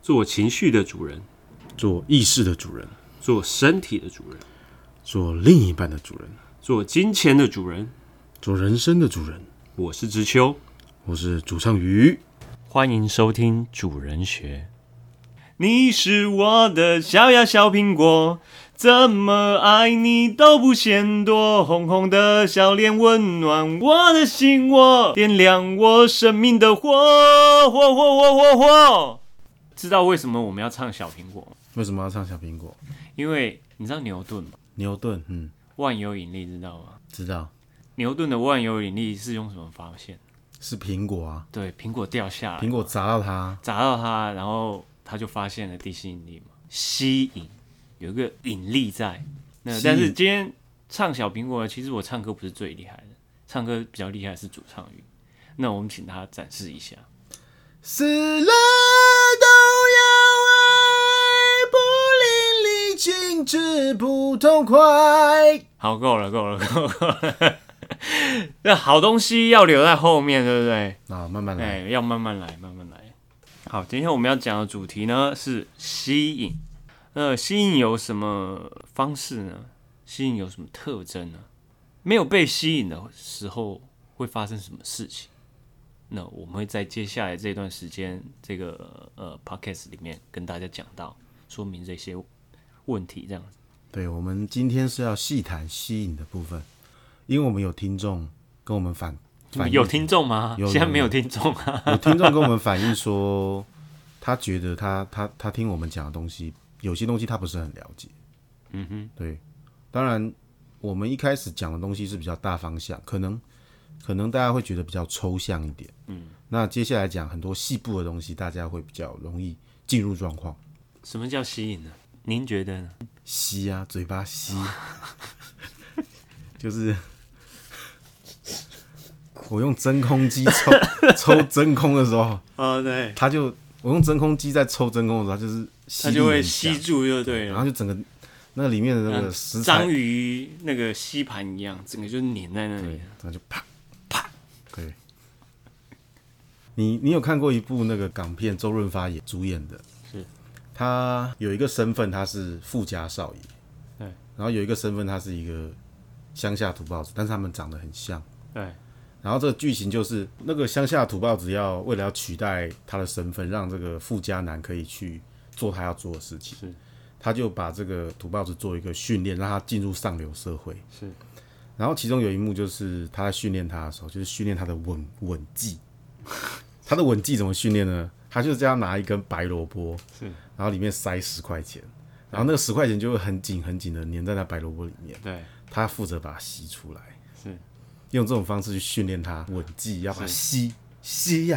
做情绪的主人， 做意识的主人， 做身体的主人， 做另一半的主人， 做金钱的主人， 做人生的主人。 我是知秋， 我是主唱鱼， 欢迎收听主人学。你是我的小呀小苹果，怎么爱你都不嫌多，红红的笑脸温暖我的心窝，点亮我生命的火，火火火火火。知道为什么我们要唱小苹果吗？ 为什么要唱小苹果？ 因为你知道牛顿吗？ 牛顿， 万有引力知道吗？ 知道。 牛顿的万有引力是用什么发现？ 是苹果啊。 对，苹果掉下来， 苹果砸到它， 然后他就发现了地心引力嘛，吸引有一个引力在。那但是今天唱小苹果呢，其实我唱歌不是最厉害的，唱歌比较厉害的是主唱鱼。那我们请他展示一下。 死了都要爱，不淋漓尽致不痛快。 好，够了。那好东西要留在后面，对不对？ 啊，慢慢来， 要慢慢来。好，今天我们要讲的主题呢是吸引。吸引有什么方式呢？吸引有什么特征呢？没有被吸引的时候会发生什么事情？那我们会在接下来这段时间这个podcast 里面跟大家讲到，说明这些问题，这样子。 对，我们今天是要细谈吸引的部分，因为我们有听众跟我们反映， 有听众吗？ 有现在没有听众啊。 有听众跟我们反映说，他觉得他听我们讲的东西，有些东西他不是很了解。对，当然我们一开始讲的东西是比较大方向，可能大家会觉得比较抽象一点。那接下来讲很多细部的东西，大家会比较容易进入状况。 什么叫吸引呢？您觉得呢？ 吸啊，嘴巴吸，就是我用真空机抽真空的时候， 对， 我用真空机在抽真空的时候，它就是它就会吸住，就对了， 然后就整个那里面的那个食材， 章鱼那个吸盘一样，整个就粘在那里， 然后就啪啪。对，你有看过一部那个港片，周润发主演的？ 是， 他有一个身份，他是富家少爷， 对， 然后有一个身份，他是一个乡下土包子，但是他们长得很像， 对。 然后这个剧情就是那个乡下土包子为了要取代他的身份，让这个富家男可以去做他要做的事情，他就把这个土包子做一个训练，让他进入上流社会。 是， 然后其中有一幕就是他在训练他的时候，就是训练他的吻技。他的吻技怎么训练呢？他就是这样拿一根白萝卜，然后里面塞10块钱，然后那个10块钱就会很紧的粘在那白萝卜里面。 对， 他负责把它吸出来。 是。 用这种方式去训练他吻技，要把它吸呀。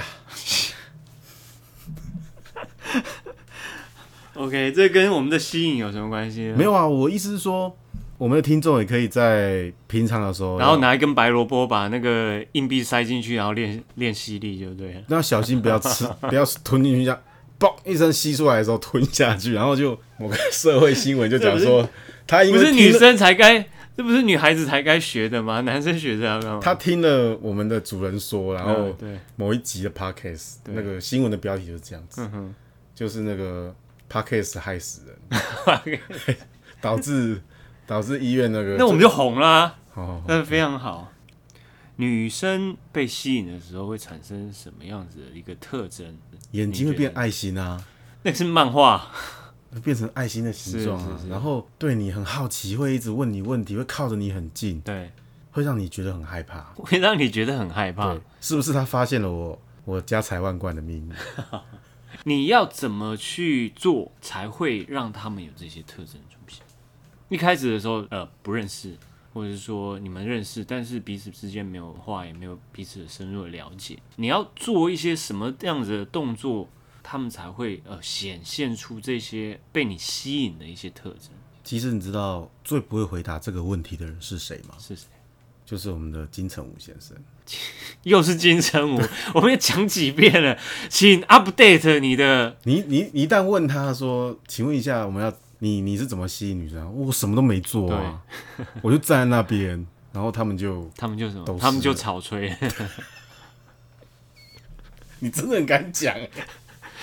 OK， 这跟我们的吸引有什么关系呢？ 没有啊，我意思是说，我们的听众也可以在平常的时候， 然后拿一根白萝卜把那个硬币塞进去，然后练吸力就对了。 那小心不要吃，不要吞进去，这样嘣一声吸出来的时候吞下去，然后就某个社会新闻就讲说，他因为不是女生才该。这不是女孩子才该学的吗？男生学这要干嘛？ 他听了我们的主人说，然后某一集的 podcast 那个新闻的标题就是这样子，就是那个 podcast 害死人，导致医院那个， 那我们就红啦，那非常好。女生被吸引的时候会产生什么样子的一个特征？ 眼睛会变爱心啊， 那是漫画。 变成爱心的形状啊，然后对你很好奇，会一直问你问题，会靠着你很近， 对， 会让你觉得很害怕， 会让你觉得很害怕。 对，是不是他发现了我家财万贯的秘密？ 你要怎么去做才会让他们有这些特征出现？一开始的时候，不认识，或者是说你们认识，但是彼此之间没有话，也没有彼此的深入的了解。你要做一些什么样子的动作？他们才会显现出这些被你吸引的一些特征。 其实你知道最不会回答这个问题的人是谁吗？ 是谁？ 就是我们的金城武先生。 又是金城武，我们也讲几遍了，请 update 你的。 你一旦问他说，请问一下，你是怎么吸引女生？我什么都没做啊，我就站在那边，然后他们就什么？他们就草吹。 你真的很敢讲。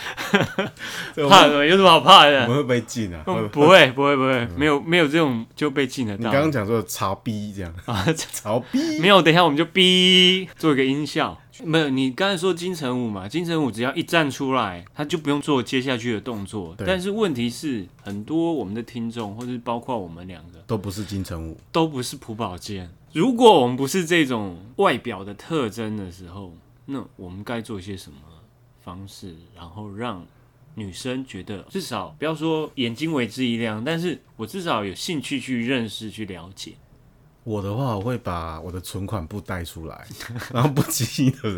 怕什么？有什么好怕我的？ 们会被禁啊？ 不会，没有这种就被禁得到。 你刚刚讲说潮逼这样啊，潮逼没有，等一下我们就逼做一个音效。没有，你刚才说金城武嘛，金城武只要一站出来，他就不用做接下去的动作。但是问题是，很多我们的听众，或是包括我们两个， 都不是金城武， 都不是朴宝剑。如果我们不是这种外表的特征的时候，那我们该做些什么方式，然后让女生觉得至少不要说眼睛为之一亮，但是我至少有兴趣去认识、去了解。 我的话，我会把我的存款簿带出来，然后不经意的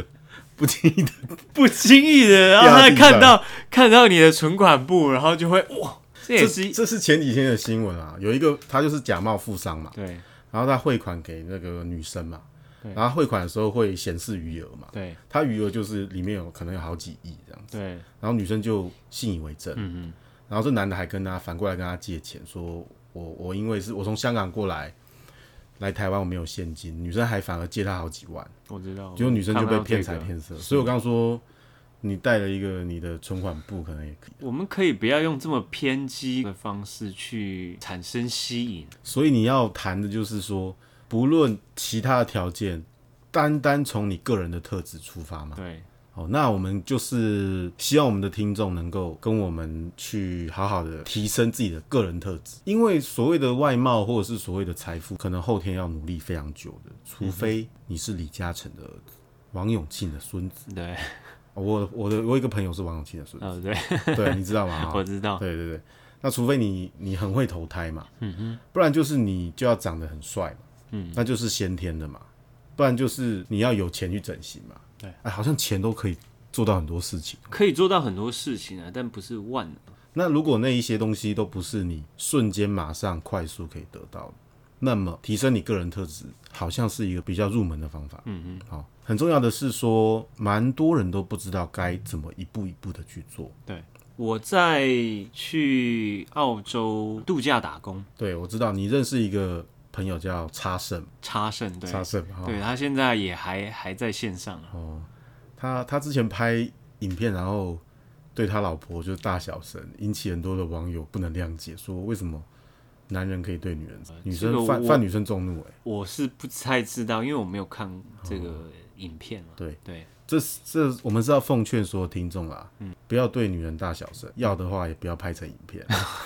让他看到你的存款簿，然后就会哇，这是前几天的新闻啊，有一个他就是假冒富商嘛， 对， 然后他汇款给那个女生嘛，然后汇款的时候会显示余额嘛， 对， 他余额就是里面可能有好几亿这样子， 对， 然后女生就信以为真，然后这男的还反过来跟他借钱，说我因为是我从香港过来台湾我没有现金，女生还反而借他好几万， 我知道， 结果女生就被骗财骗色，所以我刚刚说你带了一个你的存款簿可能也可以， 我们可以不要用这么偏激的方式去产生吸引， 所以你要谈的就是说，不论其他的条件，单从你个人的特质出发嘛， 对。 那我们就是希望我们的听众能够跟我们去好好的提升自己的个人特质，因为所谓的外貌或者是所谓的财富，可能后天要努力非常久的，除非你是李嘉诚的儿子，王永庆的孙子。 对， 我有一个朋友是王永庆的孙子，对，你知道吗？ 我知道。 对，那除非你很会投胎嘛，不然就是你就要长得很帅嘛，那就是先天的嘛，不然就是你要有钱去整形嘛。对，好像钱都可以做到很多事情， 可以做到很多事情啊，但不是万能。 那如果那一些东西都不是你瞬间马上快速可以得到的，那么提升你个人特质好像是一个比较入门的方法。好，很重要的是说，蛮多人都不知道该怎么一步一步的去做。 对，我在去澳洲度假打工， 对，我知道你认识一个朋友叫插胜， 对，对，他现在也还在线上他之前拍影片，然后对他老婆就是大小声，引起很多的网友不能谅解，说为什么男人可以对女人，女生犯女生众怒。 我是不太知道，因为我没有看这个影片嘛。 对， 这我们是要奉劝所有听众啦，不要对女人大小声，要的话也不要拍成影片。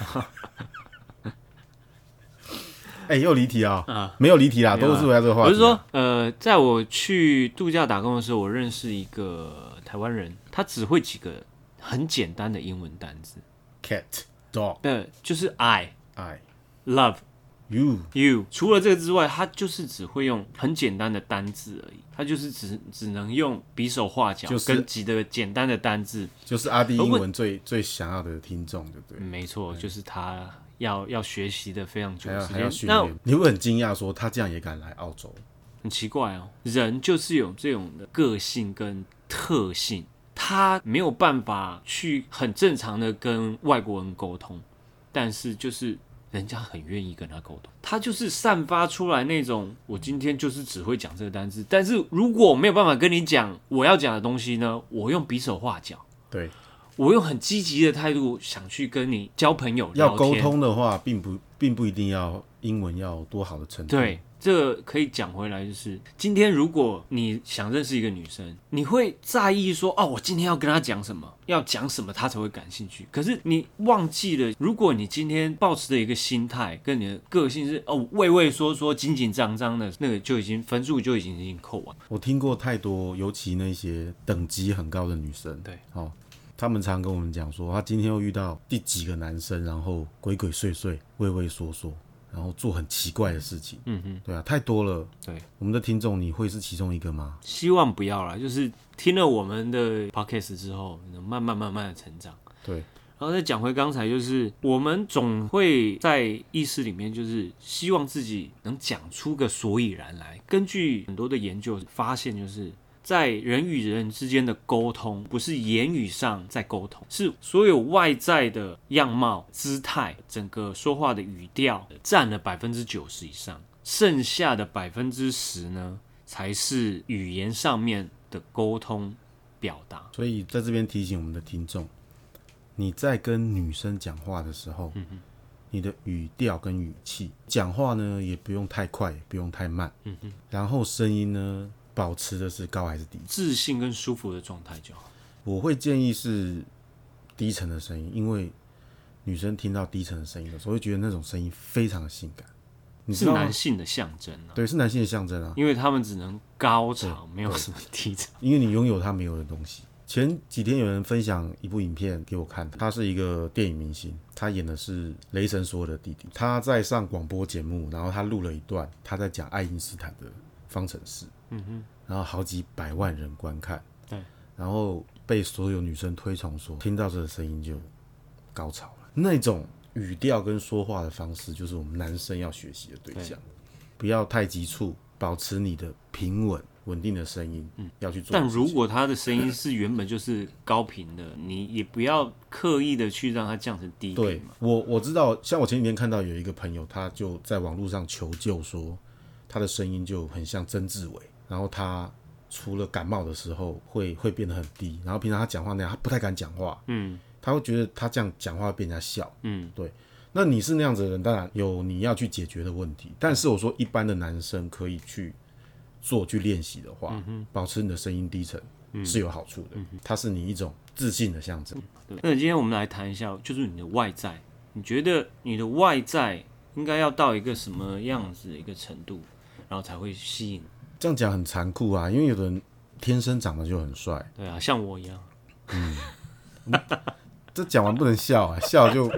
又离题啊！没有离题啦，都是围绕这个话题。 我是说，在我去度假打工的时候，我认识一个台湾人，他只会几个很简单的英文单字 ，cat dog， 就是 I love you。除了这个之外，他就是只会用很简单的单字而已，他就是只能用比手画脚，跟几个简单的单字， 就是阿弟英文最想要的听众，对不对？ 没错，就是他。要学习的非常久的时间， 那你会很惊讶说他这样也敢来澳洲， 很奇怪哦。人就是有这种的个性跟特性，他没有办法去很正常的跟外国人沟通，但是就是人家很愿意跟他沟通，他就是散发出来那种我今天就是只会讲这个单字，但是如果我没有办法跟你讲我要讲的东西呢，我用比手画脚， 对。 我用很积极的态度想去跟你交朋友聊天， 要沟通的话，并不一定要英文要有多好的程度。 对，这个可以讲回来，就是今天如果你想认识一个女生，你会在意说，我今天要跟她讲什么，要讲什么她才会感兴趣。可是你忘记了，如果你今天抱持的一个心态跟你的个性是畏畏缩缩、紧紧张张的，那个就已经分数就已经扣完。 我听过太多，尤其那些等级很高的女生， 对， 他们常跟我们讲说，他今天又遇到第几个男生，然后鬼鬼祟祟、畏畏缩缩，然后做很奇怪的事情。对啊，太多了。 对， 我们的听众，你会是其中一个吗？ 希望不要啦，就是听了我们的 podcast 之后，能慢慢的成长。 对， 然后再讲回刚才，就是我们总会在意识里面，就是希望自己能讲出个所以然来。根据很多的研究发现，就是在人与人之间的沟通，不是言语上在沟通，是所有外在的样貌、姿态、整个说话的语调占了90%以上，剩下的10%呢，才是语言上面的沟通表达。 所以在这边提醒我们的听众， 你在跟女生讲话的时候，你的语调跟语气，讲话呢也不用太快，也不用太慢，然后声音呢保持的是高还是低， 自信跟舒服的状态就好。 我会建议是低沉的声音，因为女生听到低沉的声音的时候，会觉得那种声音非常的性感。你知是道吗？ 男性的象征啊， 对，是男性的象征啊， 因为他们只能高潮，没有什么低潮。 因为你拥有他没有的东西。前几天有人分享一部影片给我看，他是一个电影明星，他演的是雷神索尔的弟弟。他在上广播节目，然后他录了一段他在讲爱因斯坦的方程式，然后好几百万人观看， 对， 然后被所有女生推崇说，听到这个声音就高潮了。那种语调跟说话的方式，就是我们男生要学习的对象。不要太急促，保持你的平稳稳定的声音，要去做。 但如果他的声音是原本就是高频的，你也不要刻意的去让它降成低频对嘛。 我知道，像我前几天看到有一个朋友，他就在网络上求救说，他的声音就很像曾志伟，然后他除了感冒的时候会变得很低，然后平常他讲话那样，他不太敢讲话，他会觉得他这样讲话会被人家笑，对。那你是那样子的人，当然有你要去解决的问题。但是我说，一般的男生可以去练习的话，保持你的声音低沉是有好处的。它是你一种自信的象征。 对，那今天我们来谈一下，就是你的外在，你觉得你的外在应该要到一个什么样子的一个程度，然后才会吸引？ 这样讲很残酷啊，因为有的人天生长得就很帅。 对啊，像我一样。 这讲完不能笑啊，笑就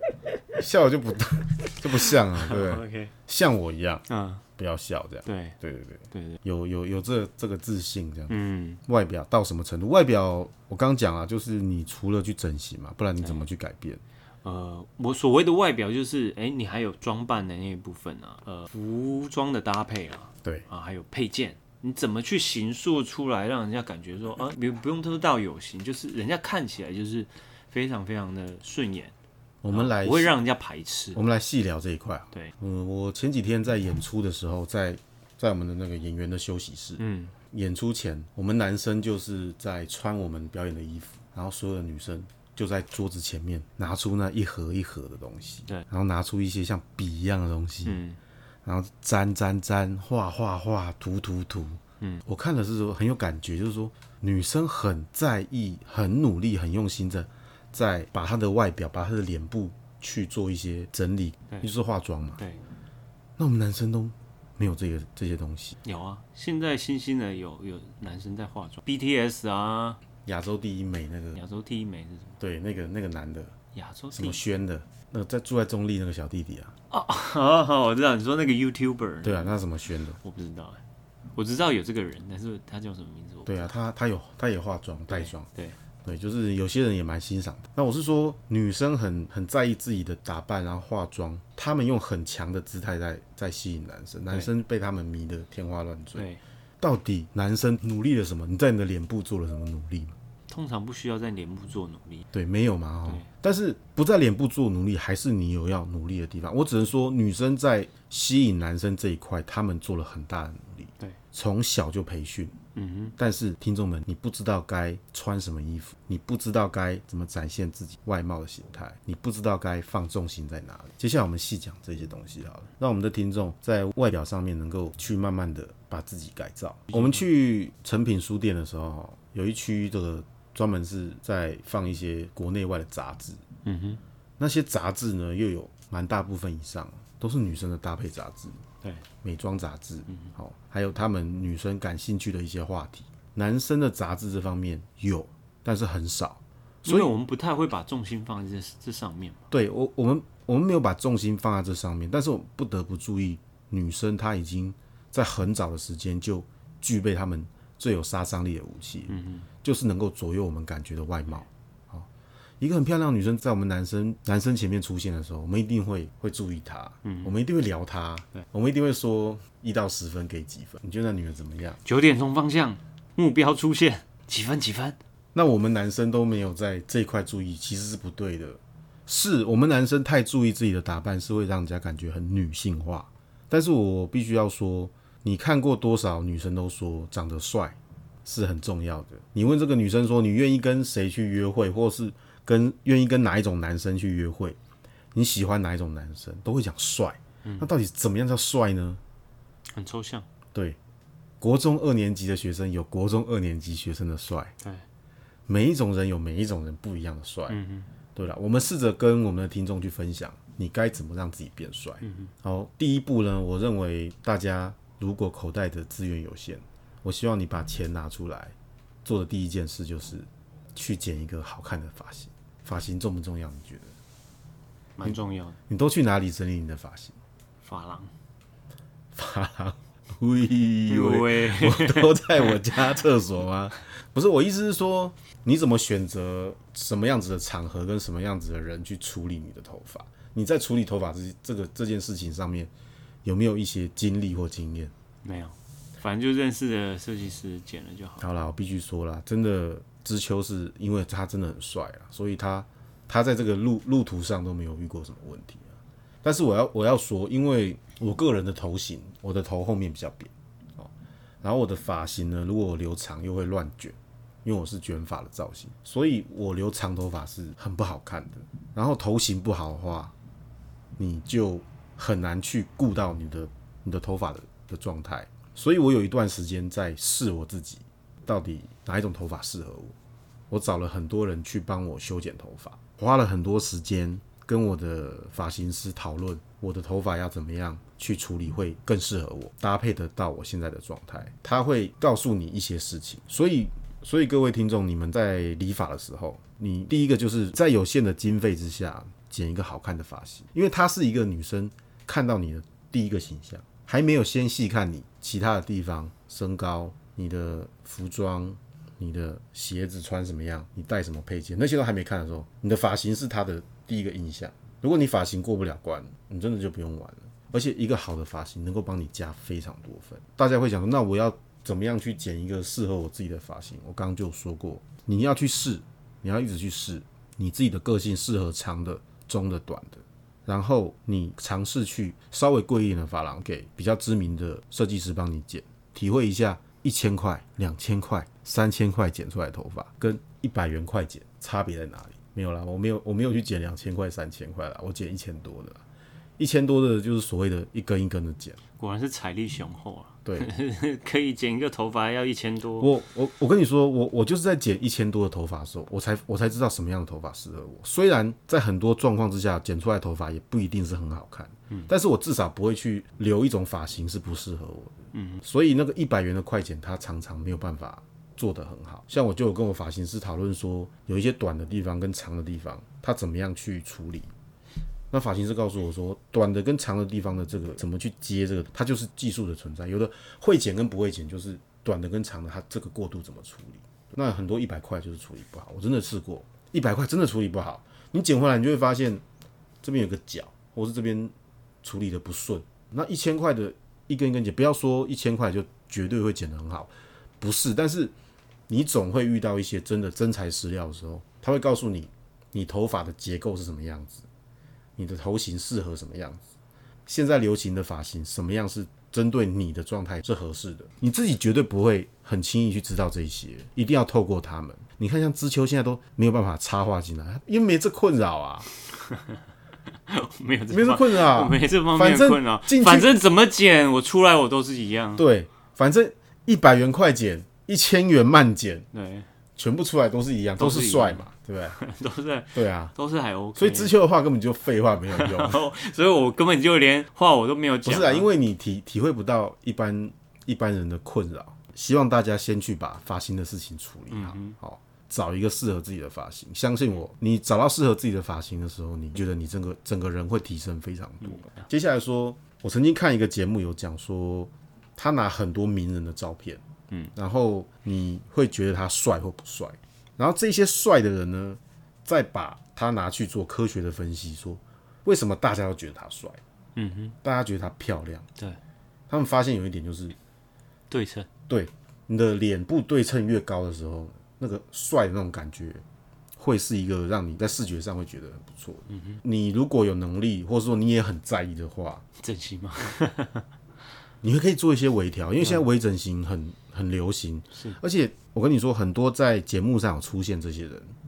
不像啊，对不对？ OK， 像我一样，不要笑这样。 对， 有这个自信这样。外表到什么程度？外表我刚讲啊，就是你除了去整形嘛，不然你怎么去改变？ 我所谓的外表就是，你还有装扮的那一部分啊，服装的搭配啊， 对啊，还有配件，你怎么去形塑出来，让人家感觉说，不用特到有型，就是人家看起来就是非常非常的顺眼。 我们来不会让人家排斥。 我们来细聊这一块。 对， 我前几天在演出的时候，在我们的那个演员的休息室，演出前，我们男生就是在穿我们表演的衣服，然后所有的女生就在桌子前面拿出那一盒一盒的东西， 对， 然后拿出一些像笔一样的东西，然后沾，画，涂，我看的是说很有感觉，就是说女生很在意、很努力、很用心的在把她的外表、把她的脸部去做一些整理，就是化妆嘛。 对， 那我们男生都没有这些东西。 有啊，现在新兴的有男生在化妆 ，BTS 啊， 亚洲第一美那个， 亚洲第一美是什么？ 对，那个男的， 亚洲什么轩的，那个住在中立那个小弟弟啊。 好，我知道你说那个 YouTuber。 对啊，那什么轩的， 我不知道我知道有这个人，但是他叫什么名字？ 对啊，他也化妆带妆。 对， 就是有些人也蛮欣赏的。那我是说，女生很在意自己的打扮，然后化妆，她们用很强的姿态在吸引男生，男生被他们迷得天花乱坠。 对， 到底男生努力了什么？你在你的脸部做了什么努力吗？ 通常不需要在脸部做努力。 对，没有嘛但是不在脸部做努力，还是你有要努力的地方。我只能说，女生在吸引男生这一块，他们做了很大的努力。 对， 从小就培训。但是听众们，你不知道该穿什么衣服，你不知道该怎么展现自己外貌的形态，你不知道该放重心在哪里。接下来我们细讲这些东西好了，让我们的听众在外表上面能够去慢慢的把自己改造。我们去诚品书店的时候，有一区这个专门是在放一些国内外的杂志。那些杂志呢，又有蛮大部分以上都是女生的搭配杂志。 对， 美妆杂志，还有他们女生感兴趣的一些话题。男生的杂志这方面有，但是很少， 所以我们不太会把重心放在这上面嘛。 对，我们没有把重心放在这上面，但是我们不得不注意，女生她已经在很早的时间就具备她们最有杀伤力的武器，就是能够左右我们感觉的外貌。一个很漂亮的女生在我们男生前面出现的时候，我们一定会注意她，我们一定会聊她，我们一定会说1到10分给几分？你觉得那女人怎么样 ？9点钟方向，目标出现，几分？ 那我们男生都没有在这一块注意，其实是不对的。是我们男生太注意自己的打扮，是会让人家感觉很女性化。但是我必须要说，你看过多少女生都说长得帅是很重要的。你问这个女生说，你愿意跟谁去约会，或是愿意跟哪一种男生去约会，你喜欢哪一种男生，都会讲帅。那到底怎么样叫帅呢？ 很抽象。 对，国中2年级的学生有国中2年级学生的帅， 对， 每一种人有每一种人不一样的帅。对了，我们试着跟我们的听众去分享，你该怎么让自己变帅。好，第一步呢，我认为大家如果口袋的资源有限，我希望你把钱拿出来，做的第一件事就是去剪一个好看的发型。发型重不重要？你觉得？ 蛮重要的。 你都去哪里整理你的发型？ 发廊。 发廊？我都在我家厕所吗？不是，我意思是说，你怎么选择什么样子的场合跟什么样子的人去处理你的头发？你在处理头发这件事情上面有没有一些经历或经验？ 没有，反正就认识的设计师剪了就好。 好啦，我必须说啦，真的知秋是因为他真的很帅啦，所以他在这个路途上都没有遇过什么问题啊。但是我要说，因为我个人的头型，我的头后面比较扁，然后我的发型呢，如果我留长又会乱卷，因为我是卷发的造型，所以我留长头发是很不好看的。然后头型不好的话，你就很难去顾到你的头发的状态。所以我有一段时间在试我自己，到底哪一种头发适合我。我找了很多人去帮我修剪头发，花了很多时间跟我的发型师讨论我的头发要怎么样去处理会更适合我，搭配得到我现在的状态。他会告诉你一些事情，所以各位听众，你们在理发的时候，你第一个就是在有限的经费之下剪一个好看的发型，因为它是一个女生看到你的第一个形象，还没有先细看你其他的地方，身高、你的服装、你的鞋子穿什么样，你戴什么配件，那些都还没看的时候，你的发型是他的第一个印象。如果你发型过不了关，你真的就不用玩了。而且一个好的发型能够帮你加非常多分。大家会想说，那我要怎么样去剪一个适合我自己的发型？我刚刚就说过，你要去试，你要一直去试你自己的个性适合长的、中的、短的。然后你尝试去稍微贵一点的发廊，给比较知名的设计师帮你剪，体会一下1000块、2000块、3000块剪出来的头发跟100元快剪差别在哪里？没有啦，我没有去剪2000块、3000块啦，我剪1000多的啦，1000多的就是所谓的一根一根的剪。 果然是财力雄厚啊！ 对， 可以剪一个头发要1000多。 我跟你说，我就是在剪1000多的头发的时候，我才知道什么样的头发适合我。虽然在很多状况之下，剪出来的头发也不一定是很好看，但是我至少不会去留一种发型是不适合我的。所以那个100元的快剪，它常常没有办法做得很好。像我就有跟我发型师讨论说，有一些短的地方跟长的地方，它怎么样去处理。那发型师告诉我说，短的跟长的地方的这个怎么去接这个，它就是技术的存在。有的会剪跟不会剪，就是短的跟长的，它这个过渡怎么处理。那很多100块就是处理不好，我真的试过，100块真的处理不好。你剪回来，你就会发现这边有个角，或是这边处理的不顺。那1000块的一根一根剪，不要说1000块就绝对会剪得很好，不是。但是你总会遇到一些真的真材实料的时候，他会告诉你，你头发的结构是什么样子。你的头型适合什么样子？现在流行的发型什么样是针对你的状态是合适的？你自己绝对不会很轻易去知道这些，一定要透过他们。你看，像知秋现在都没有办法插话进来，因为没这困扰啊。 没有这困扰， 没这方面的困扰。反正怎么剪，我出来我都是一样。 对，反正100元快剪，1000元慢剪， 对， 全部出来都是一样，都是帅嘛。对不对？ 都是对啊， 都是还 OK。 所以知秋的话根本就废话没有用， 所以我根本就连话我都没有讲。 不是啊，因为你体会不到一般人的困扰。希望大家先去把发型的事情处理好，好找一个适合自己的发型。相信我，你找到适合自己的发型的时候，你觉得你整个人会提升非常多。接下来说，我曾经看一个节目有讲说，他拿很多名人的照片，然后你会觉得他帅或不帅。然后这些帅的人呢，再把他拿去做科学的分析，说为什么大家都觉得他帅？大家觉得他漂亮。 对， 他们发现有一点就是对称。 对，你的脸部对称越高的时候，那个帅的那种感觉，会是一个让你在视觉上会觉得很不错的。你如果有能力，或者说你也很在意的话， 整形吗？ 你可以做一些微调，因为现在微整形很流行，而且我跟你说，很多在节目上有出现这些人，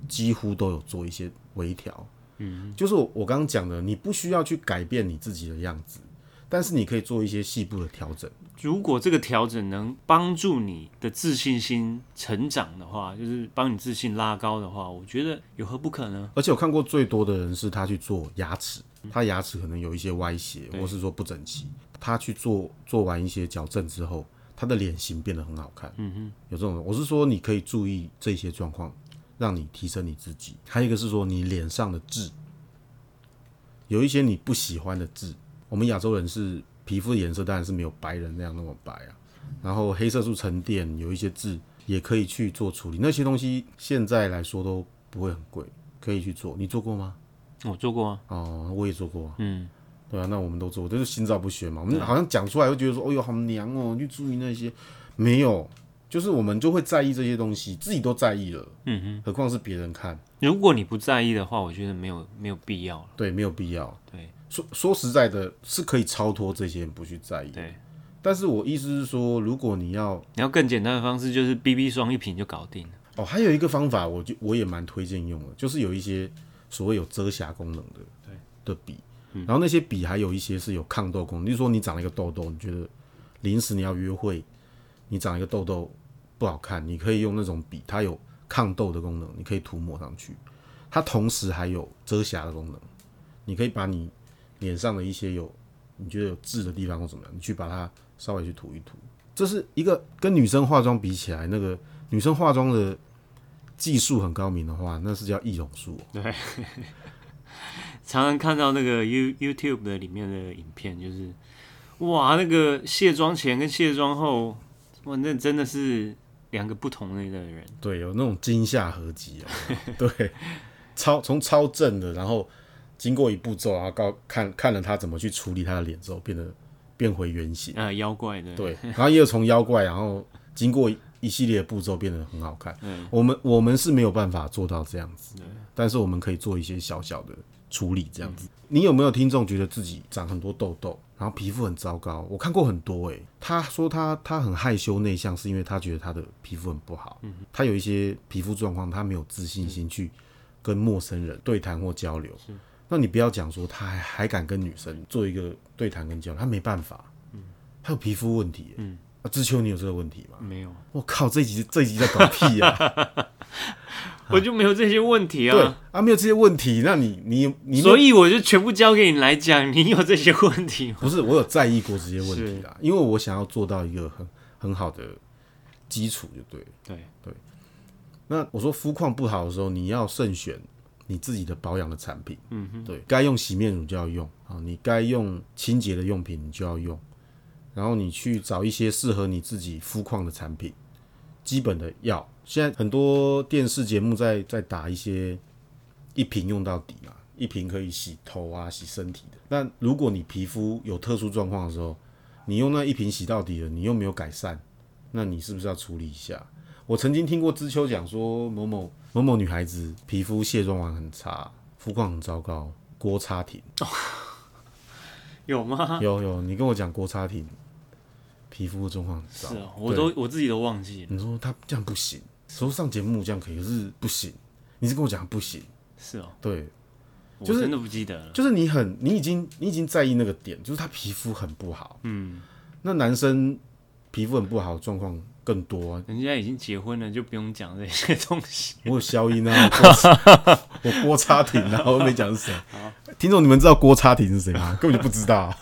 几乎都有做一些微调。就是我刚刚讲的，你不需要去改变你自己的样子，但是你可以做一些细部的调整。 如果这个调整能帮助你的自信心成长的话，就是帮你自信拉高的话，我觉得有何不可呢？ 而且我看过最多的人是他去做牙齿，他牙齿可能有一些歪斜，或是说不整齐，他去做完一些矫正之后，他的脸型变得很好看。有这种人，我是说你可以注意这些状况，让你提升你自己。还有一个是说你脸上的痣，有一些你不喜欢的痣。我们亚洲人是皮肤的颜色当然是没有白人那样那么白啊，然后黑色素沉淀有一些痣也可以去做处理，那些东西现在来说都不会很贵，可以去做。你做过吗？ 我做过啊。 哦，我也做过啊。对啊，那我们都做，就是心照不宣嘛。我们好像讲出来会觉得说，哎呦好娘哦，去注意那些，没有，就是我们就会在意这些东西，自己都在意了，何况是别人看。 如果你不在意的话，我觉得没有必要了。 对，没有必要。 对， 说实在的，是可以超脱这些人不去在意。 对， 但是我意思是说，如果你要更简单的方式，就是 BB 霜一瓶就搞定了。 哦，还有一个方法，我也蛮推荐用的，就是有一些所谓有遮瑕功能的笔，然后那些笔还有一些是有抗痘功能。例如说，你长了一个痘痘，你觉得临时你要约会，你长了一个痘痘不好看，你可以用那种笔，它有抗痘的功能，你可以涂抹上去。它同时还有遮瑕的功能，你可以把你脸上的一些你觉得有痣的地方或怎么样，你去把它稍微去涂一涂。这是一个跟女生化妆比起来，那个女生化妆的技术很高明的话，那是叫易容术。 对，常常看到那个 YouTube 的里面的影片，就是哇，那个卸妆前跟卸妆后，哇，那真的是两个不同类的人。 对，有那种惊吓合集啊。对，从超正的，然后经过一步骤，然后看了他怎么去处理他的脸之后，变回原形。 妖怪的。 对，然后也有从妖怪，然后经过一系列的步骤变得很好看。我们是没有办法做到这样子，但是我们可以做一些小小的处理这样子。你有没有听众觉得自己长很多痘痘，然后皮肤很糟糕？我看过很多他说他很害羞内向，是因为他觉得他的皮肤很不好，他有一些皮肤状况，他没有自信心去跟陌生人对谈或交流。那你不要讲说他还敢跟女生做一个对谈跟交流，他没办法，他有皮肤问题。知秋，你有这个问题吗？ 没有。 我靠，这一集在搞屁啊！ 我就没有这些问题啊。 对啊，没有这些问题，那你所以我就全部交给你来讲。你有这些问题吗？ 不是，我有在意过这些问题啦，因为我想要做到一个很好的基础，就对。对。那我说肤况不好的时候，你要慎选你自己的保养的产品。对，该用洗面乳就要用啊，你该用清洁的用品你就要用。然后你去找一些适合你自己肤况的产品，基本的药。现在很多电视节目在打一些一瓶用到底嘛，一瓶可以洗头啊、洗身体的。那如果你皮肤有特殊状况的时候，你用那一瓶洗到底了，你又没有改善，那你是不是要处理一下？我曾经听过知秋讲说，某某女孩子皮肤卸妆完很差，肤况很糟糕，郭叉婷。 有吗？ 有，你跟我讲郭叉婷皮肤状况很糟。 是我自己都忘记了。 你说他这样不行，说上节目这样可以，可是不行。你是跟我讲不行。 是哦。 对， 我真的不记得了。 就是你已经在意那个点，就是他皮肤很不好。那男生皮肤很不好的状况更多啊。 人家已经结婚了，就不用讲这些东西。 我有消音啊，我郭叉婷啊，我没讲是谁。听众，你们知道郭叉婷是谁吗？根本就不知道。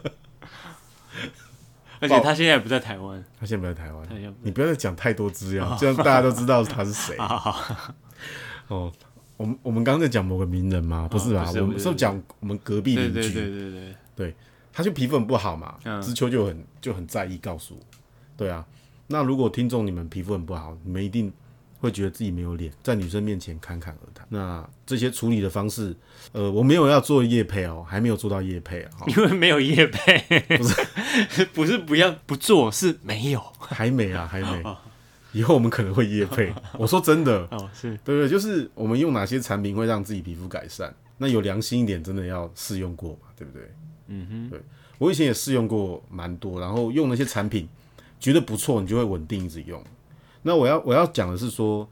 而且他现在也不在台湾。 他现在不在台湾。你不要再讲太多资料，这样大家都知道他是谁。哦，我们刚刚在讲某个名人吗？不是吧？我们是讲我们隔壁邻居。对，他就皮肤很不好嘛，知秋就很在意，告诉我。对啊，那如果听众你们皮肤很不好，你们一定会觉得自己没有脸，在女生面前侃侃而谈。那这些处理的方式，我没有要做业配哦，还没有做到业配啊， 因为没有业配，不是不做，是没有， 还没。以后我们可能会业配。我说真的， 是对不对？就是我们用哪些产品会让自己皮肤改善？那有良心一点，真的要试用过嘛，对不对？对，我以前也试用过蛮多，然后用那些产品觉得不错，你就会稳定一直用。那我要讲的是说，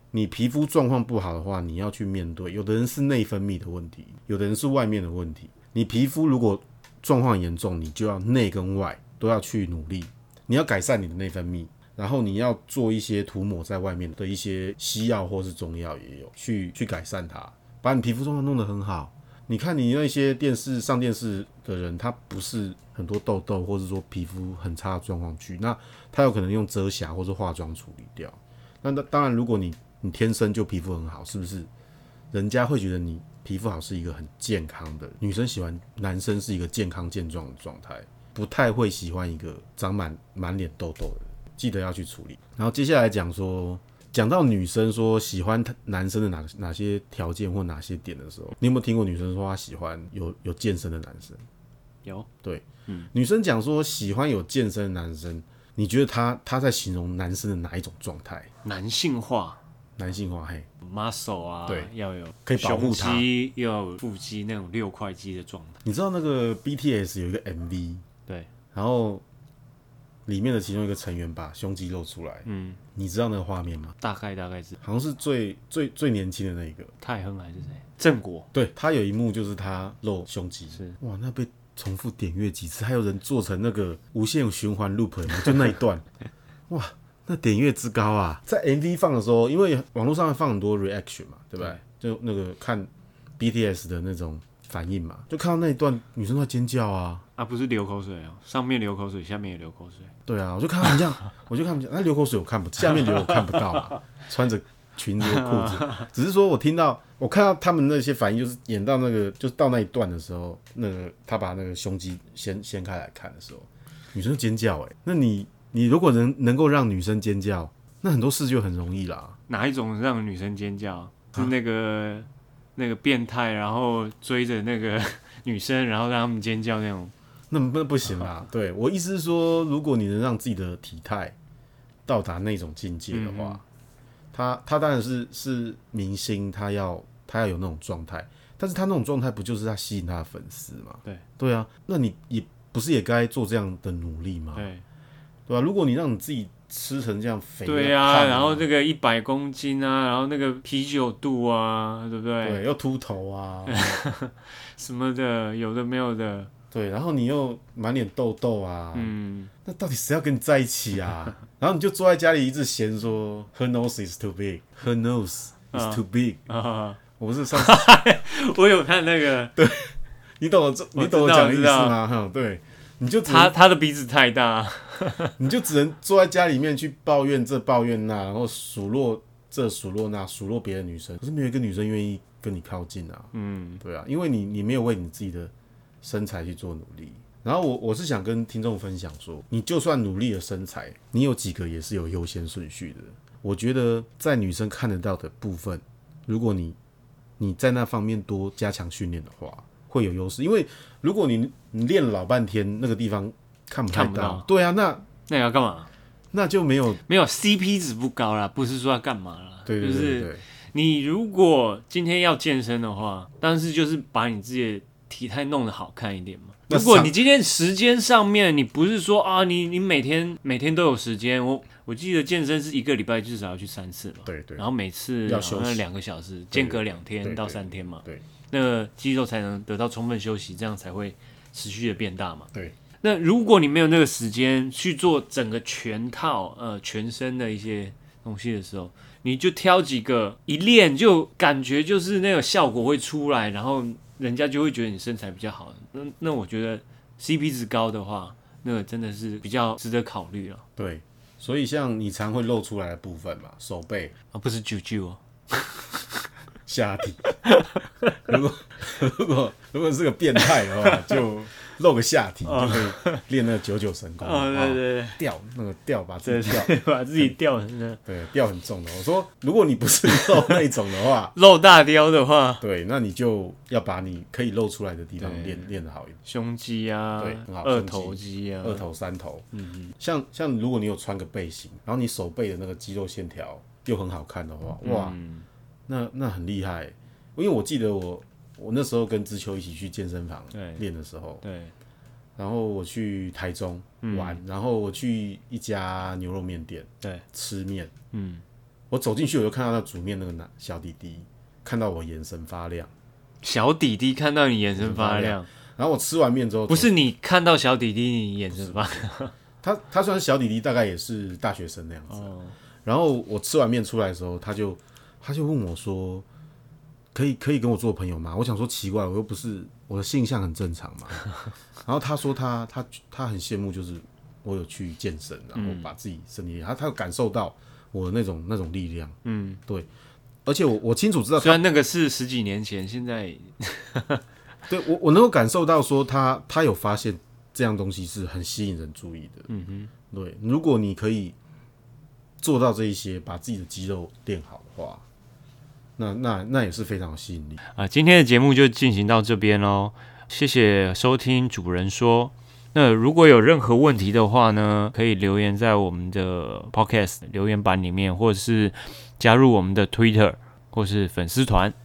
你皮肤状况不好的话，你要去面对。有的人是内分泌的问题，有的人是外面的问题。你皮肤如果状况严重，你就要内跟外都要去努力。你要改善你的内分泌，然后你要做一些涂抹在外面的一些西药或是中药也有去改善它，把你皮肤状况弄得很好。你看你那些上电视的人，他不是很多痘痘，或是说皮肤很差的状况去，那他有可能用遮瑕或是化妆处理掉。那当然，如果你天生就皮肤很好，是不是？人家会觉得你皮肤好是一个很健康的，女生喜欢男生是一个健康健壮的状态，不太会喜欢一个长满脸痘痘的人，记得要去处理。然后接下来讲到女生说喜欢男生的哪些条件或哪些点的时候，你有没有听过女生说她喜欢有健身的男生？ 有， 对，女生讲说喜欢有健身的男生，你觉得她在形容男生的哪一种状态？ 男性化， 嘿 muscle 啊， 对， 要有可以保护他， 胸肌又要有腹肌那种6块肌的状态。 你知道那个 BTS 有一个 MV， 对， 然后里面的其中一个成员把胸肌露出来，你知道那个画面吗？ 大概是好像是最年轻的那一个泰亨还是谁？郑国。 对，他有一幕就是他露胸肌， 是哇，那被重复点阅几次，还有人做成那个无限循环 loop， 就那一段，哇，那点阅之高啊！在 MV 放的时候，因为网络上放很多 reaction 嘛，对不对？就那个看 BTS 的那种反应嘛，就看到那一段女生都在尖叫啊！ 啊，不是流口水哦，上面流口水，下面也流口水。 对啊，我就看他们这样，那流口水我看不，下面流我看不到嘛，穿着裙子和裤子，只是说我看到他们那些反应，就是演到就是到那一段的时候，他把那个胸肌掀开来看的时候，女生尖叫那你如果能够让女生尖叫，那很多事就很容易啦。 哪一种让女生尖叫？是那个变态，然后追着那个女生，然后让他们尖叫那种？ 那不行啦。对，我意思是说，如果你能让自己的体态到达那种境界的话，他当然是明星，他要有那种状态，但是他那种状态不就是他吸引他的粉丝吗？对啊，那你也不是也该做这样的努力吗？对吧？如果你让你自己吃成这样肥， 对啊，然后这个100公斤啊，然后那个啤酒肚啊，对不对？ 对，又秃头啊， 什么的，有的没有的。 对，然后你又满脸痘痘啊，那到底谁要跟你在一起啊？然后你就坐在家里一直嫌说 ，Her nose is too big, her nose is too big。我不是上次我有看那个， 对，你懂我讲的意思吗？对，你就他的鼻子太大， 你就只能坐在家里面去抱怨这抱怨那，然后数落这数落那，数落别的女生，可是没有一个女生愿意跟你靠近啊。对啊，因为你没有为你自己的身材去做努力。然后我是想跟听众分享说，你就算努力的身材，你有几个也是有优先顺序的。我觉得在女生看得到的部分，如果你在那方面多加强训练的话，会有优势。因为如果你练了老半天，那个地方看不太到，对啊，那你要干嘛？ 那就没有 CP 值不高啦，不是说要干嘛啦。 对， 就是你如果今天要健身的话，但是就是把你自己的体态弄得好看一点嘛。如果你今天时间上面，你不是说啊，你每天都有时间，我记得健身是1个礼拜至少要去3次嘛， 对， 然后每次要休息 2个小时，间隔2天到3天嘛， 对， 那个肌肉才能得到充分休息，这样才会持续的变大嘛， 对。 那如果你没有那个时间去做整个全套全身的一些东西的时候，你就挑几个一练就感觉就是那个效果会出来，然后人家就会觉得你身材比较好。那我觉得 CP 值高的话，那个真的是比较值得考虑了。对， 所以像你常会露出来的部分嘛，手背啊，不是啾哦， 下体。如果是个变态的话，就露个下体就可以练那个99神功。 对， 吊把自己把自己吊成那， 对，吊很重的。我说，如果你不是露那种的话， 露大雕的话， 对，那你就要把你可以露出来的地方练得好一点， 胸肌啊， 对，很好， 二头肌啊， 二头三头，像如果你有穿个背心，然后你手背的那个肌肉线条又很好看的话，哇，那很厉害。因为我记得我那时候跟知秋一起去健身房练的时候， 对， 然后我去台中玩，然后我去一家牛肉面店吃面， 我走进去我就看到那煮面那个小弟弟，看到我眼神发亮， 小弟弟看到你眼神发亮， 然后我吃完面之后， 不是你看到小弟弟你眼神发亮， 他虽然小弟弟，大概也是大学生那样子。然后我吃完面出来的时候，他就问我说：“可以跟我做朋友吗？”我想说奇怪，我又不是我的性向很正常嘛。然后他说他很羡慕，就是我有去健身，然后把自己身体，他有感受到我的那种力量。对。而且我清楚知道， 虽然那个是10几年前，现在对我能够感受到说他有发现这样东西是很吸引人注意的。对，如果你可以做到这一些，把自己的肌肉练好的话，那也是非常有吸引力啊。今天的节目就进行到这边咯，谢谢收听主人说。那如果有任何问题的话呢，可以留言在我们的 Podcast 留言板里面，或者是加入我们的 Twitter 或是粉丝团。